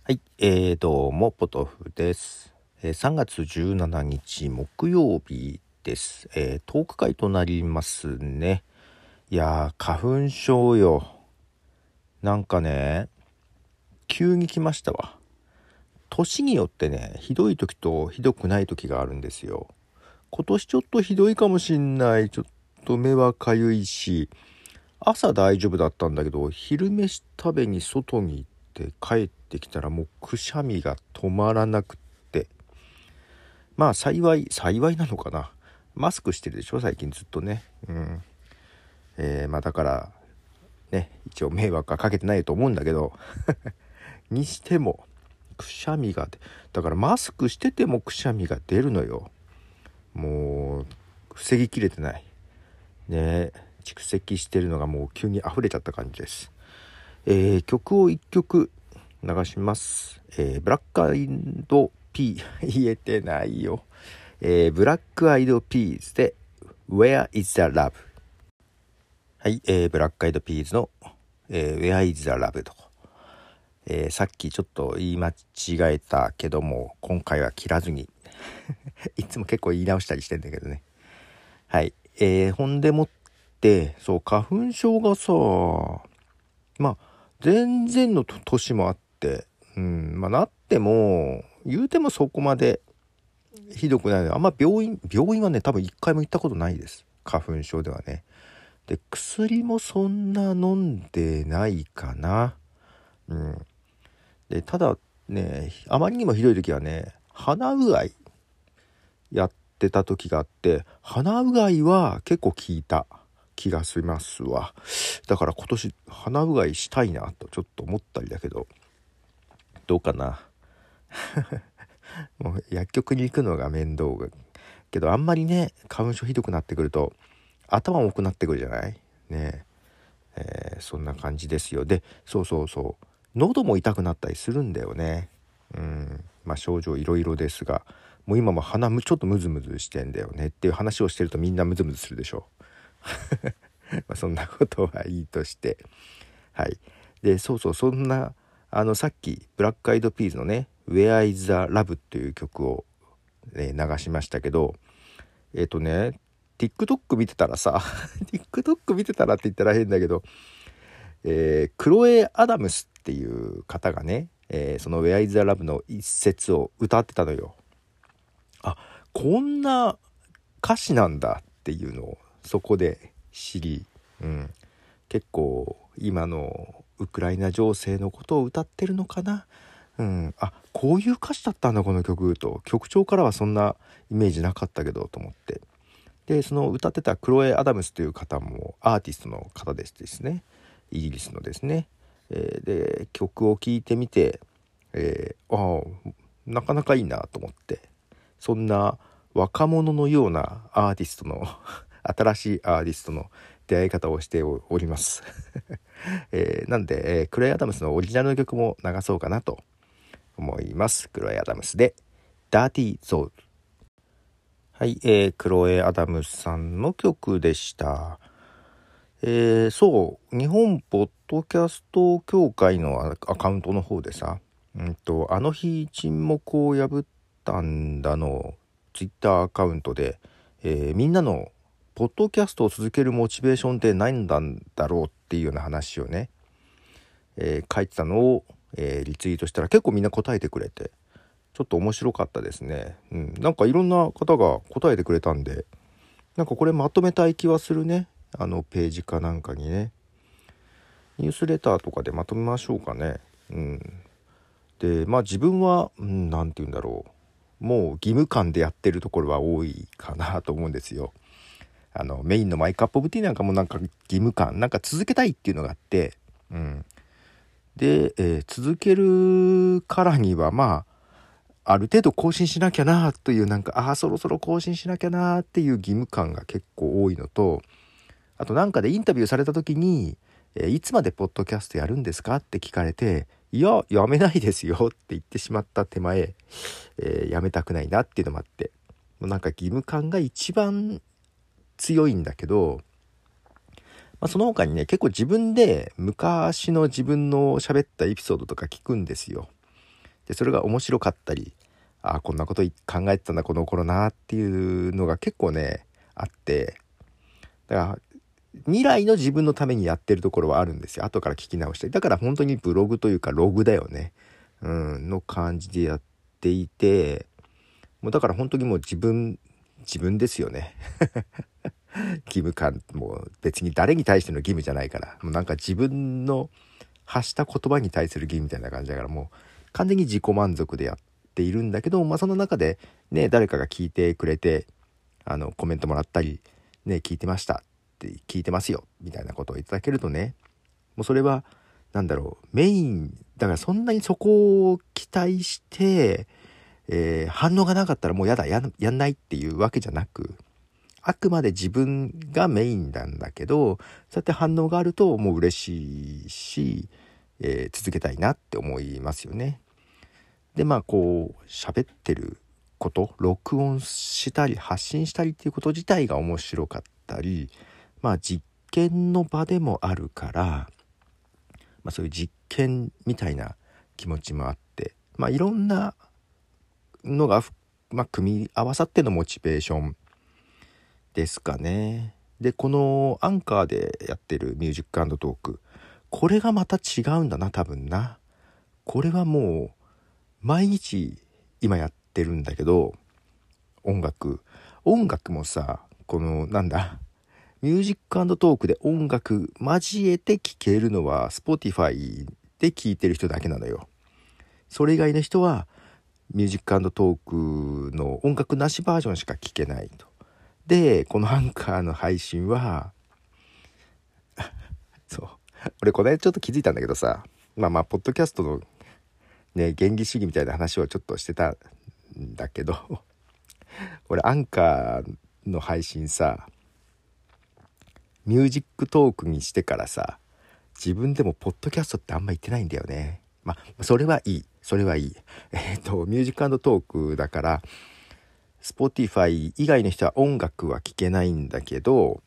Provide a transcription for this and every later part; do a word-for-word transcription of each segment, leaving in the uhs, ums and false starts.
はい、えー、どうもポトフです。えー、さんがつじゅうしちにち木曜日です。えー、トーク会となりますね。いやー、花粉症よ。なんかね、急に来ましたわ。年によってね、ひどい時とひどくない時があるんですよ。今年ちょっとひどいかもしんない。ちょっと目はかゆいし、朝大丈夫だったんだけど、昼飯食べに外に行って帰ってきたらもうくしゃみが止まらなくって、まあ幸い幸いなのかな、マスクしてるでしょ最近ずっとね。うん、えー、まあだからね、一応迷惑はかけてないと思うんだけどにしてもくしゃみが出、だからマスクしててもくしゃみが出るのよ。もう防ぎきれてないね。蓄積してるのがもう急に溢れちゃった感じです。えー、曲をいっきょく流します。えー、ブラックアイドピー言えてないよ。えー、ブラックアイドピーズで Where is the Love。 はい、えー、ブラックアイドピーズの、えー、Where is the Love と、えー、さっきちょっと言い間違えたけども今回は切らずにいつも結構言い直したりしてんだけどね。はい、えー、ほんでもってそう花粉症がさ、まあ全然の年もあって、うんまあなっても言うてもそこまでひどくないので、あんま病院病院はね多分一回も行ったことないです、花粉症ではね。で薬もそんな飲んでないかな。うんでただね、あまりにもひどい時はね、鼻うがいやってた時があって、鼻うがいは結構効いた気がしますわ。だから今年鼻うがいしたいなとちょっと思ったりだけど、どうかなもう薬局に行くのが面倒けど、あんまりね花粉症ひどくなってくると頭重くなってくるじゃないね。えー、そんな感じですよ。でそうそうそう、喉も痛くなったりするんだよね。うんまあ症状いろいろですが、もう今も鼻むちょっとムズムズしてんだよねっていう話をしてるとみんなムズムズするでしょまあそんなことはいいとして、はいでそうそう、そんなあのさっきブラックアイドピーズのね Where is the Love っていう曲を、ね、流しましたけど、えっとね TikTok 見てたらさTikTok 見てたらって言ったら変だけど、えー、クロエ・アダムスっていう方がね、えー、その Where is the Love の一節を歌ってたのよ。あ、こんな歌詞なんだっていうのをそこで知り、うん、結構今のウクライナ情勢のことを歌ってるのかな。うん、あ、こういう歌詞だったんだこの曲と、曲調からはそんなイメージなかったけどと思って、でその歌ってたクロエ・アダムスという方もアーティストの方でしてですね、イギリスのですね、えー、で曲を聴いてみて、えー、ああなかなかいいなと思って、そんな若者のようなアーティストの新しいアーティストの出会い方をしております、えー、なんで、えー、クロエ・アダムスのオリジナルの曲も流そうかなと思います。クロエ・アダムスでダーティー・ゾール。はい、えー、クロエ・アダムスさんの曲でした。えー、そう日本ポッドキャスト協会のアカウントの方でさ、うんとあの日沈黙を破ったんだのツイッターアカウントで、えー、みんなのポッドキャストを続けるモチベーションって何なんだろうっていうような話をね、えー、書いてたのを、えー、リツイートしたら結構みんな答えてくれて、ちょっと面白かったですね。うん、なんかいろんな方が答えてくれたんで、なんかこれまとめたい気はするね。あのページかなんかにね、ニュースレターとかでまとめましょうかね。うん、でまあ自分は、うん、なんて言うんだろう、もう義務感でやってるところは多いかなと思うんですよ。あのメインのマイカップオブティーなんかもなんか義務感、なんか続けたいっていうのがあって、うん、で、えー、続けるからにはまあある程度更新しなきゃなという、なんかああそろそろ更新しなきゃなっていう義務感が結構多いのと、あとなんかでインタビューされた時に、えー、いつまでポッドキャストやるんですかって聞かれて、いややめないですよって言ってしまった手前、えー、やめたくないなっていうのもあって、なんか義務感が一番強いんだけど、まあ、その他にね結構自分で昔の自分の喋ったエピソードとか聞くんですよ。 でそれが面白かったり、あこんなこと考えてたんだこの頃なっていうのが結構ねあって、だから未来の自分のためにやってるところはあるんですよ。後から聞き直して、だから本当にブログというかログだよね、うん、の感じでやっていて、もうだから本当にもう自分自分ですよね義務感も別に誰に対しての義務じゃないから、もうなんか自分の発した言葉に対する義務みたいな感じだから、もう完全に自己満足でやっているんだけど、まあその中でね誰かが聞いてくれて、あのコメントもらったりね、聞いてましたって聞いてますよみたいなことをいただけるとね、もうそれはなんだろう、メインだから、そんなにそこを期待して、えー、反応がなかったらもうやだ や, やんないっていうわけじゃなく、あくまで自分がメインなんだけど、そうやって反応があるともう嬉しいし、えー、続けたいなって思いますよね。でまあこう喋ってること、録音したり発信したりっていうこと自体が面白かったり、まあ実験の場でもあるから、まあ、そういう実験みたいな気持ちもあって、まあいろんなのが、まあ、組み合わさってのモチベーションですかね。でこのアンカーでやってるミュージック&トーク、これがまた違うんだな多分な。これはもう毎日今やってるんだけど、音楽音楽もさ、このなんだミュージック&トークで音楽交えて聴けるのは Spotify で聴いてる人だけなのよ。それ以外の人はミュージック&トークの音楽なしバージョンしか聴けないと。でこのアンカーの配信はそう俺これちょっと気づいたんだけどさ、まあまあポッドキャストのね原理主義みたいな話をちょっとしてたんだけど俺アンカーの配信さ、ミュージックトークにしてからさ、自分でもポッドキャストってあんま言ってないんだよね。まあそれはいいそれはいいえっとミュージック&トークだから Spotify 以外の人は音楽は聴けないんだけど、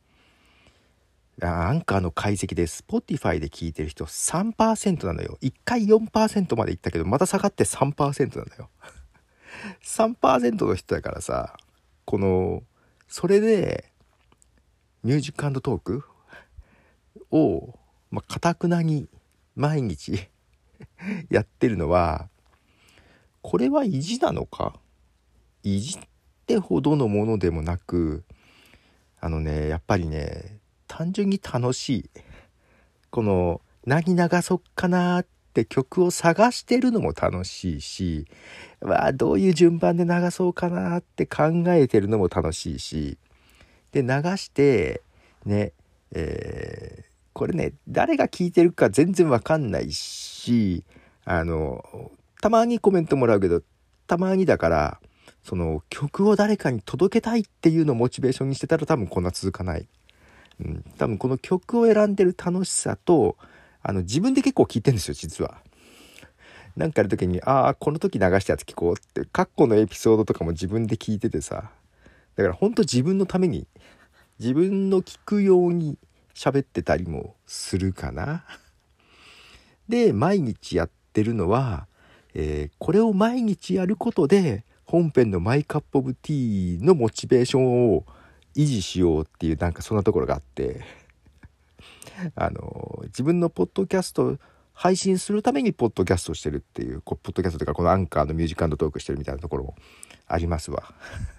アンカーの解析で Spotify で聴いてる人 さんパーセント なのよ。いっかい よんパーセント までいったけどまた下がって さんパーセント なのよさんパーセント の人だからさ、このそれでミュージック&トークをまあ堅くなに毎日やってるのは、これは意地なのか、意地ってほどのものでもなく、あのねやっぱりね単純に楽しい。この何流そっかなって曲を探してるのも楽しいし、わあどういう順番で流そうかなって考えてるのも楽しいし、で流してね、えー、これね誰が聞いてるか全然わかんないし、あのたまにコメントもらうけど、たまにだから、その曲を誰かに届けたいっていうのをモチベーションにしてたら多分こんな続かない。うん、多分この曲を選んでる楽しさと、あの自分で結構聴いてるんですよ実は。なんかある時にああこの時流したやつ聴こうって過去のエピソードとかも自分で聞いててさ、だからほんと自分のために自分の聞くように喋ってたりもするかな。で毎日やってるのは、えー、これを毎日やることで本編のマイカップオブティーのモチベーションを維持しようっていう、なんかそんなところがあってあの自分のポッドキャスト配信するためにポッドキャストをしてるっていう、ポッドキャストというかこのアンカーのミュージック&トークしてるみたいなところもありますわ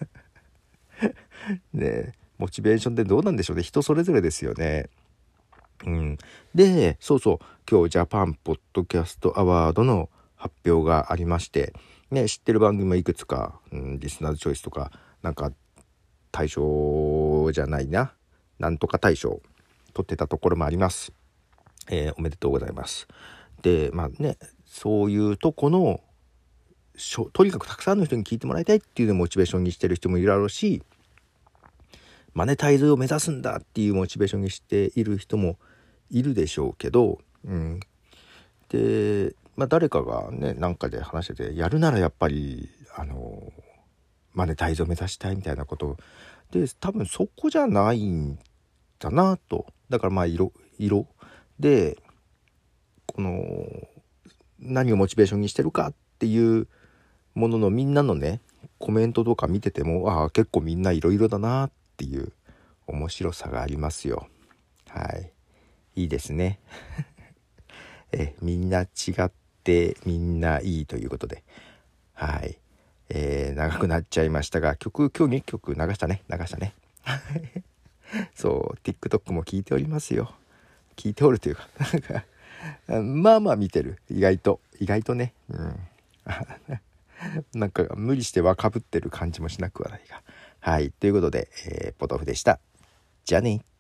ね、モチベーションってどうなんでしょうね、人それぞれですよね。うん、でそうそう今日ジャパンポッドキャストアワードの発表がありまして、ね、知ってる番組もいくつか、うん、リスナーズチョイスとかなんか大賞じゃないな、なんとか大賞取ってたところもあります。えー、おめでとうございます。でまあね、そういうとこのとにかくたくさんの人に聞いてもらいたいっていうのをモチベーションにしてる人もいるだろうし、マネタイズを目指すんだっていうモチベーションにしている人もいるでしょうけど、うん、で、まあ、誰かがねなんかで話してて、やるならやっぱりあのマネタイズを目指したいみたいなことで、多分そこじゃないんだなと。だからまあ色色でこの何をモチベーションにしてるかっっていうものの、みんなのねコメントとか見てても、ああ結構みんないろいろだなっていう面白さがありますよ。はい、いいですねえみんな違ってみんないいということで、はい、えー、長くなっちゃいましたが、曲今日にきょく流したね流したねそう TikTok も聞いておりますよ。聞いておるというかなんかまあまあ見てる、意外と意外とね、うんなんか無理して若ぶってる感じもしなくはないが、はい、ということで、えー、ポトフでした。じゃあね。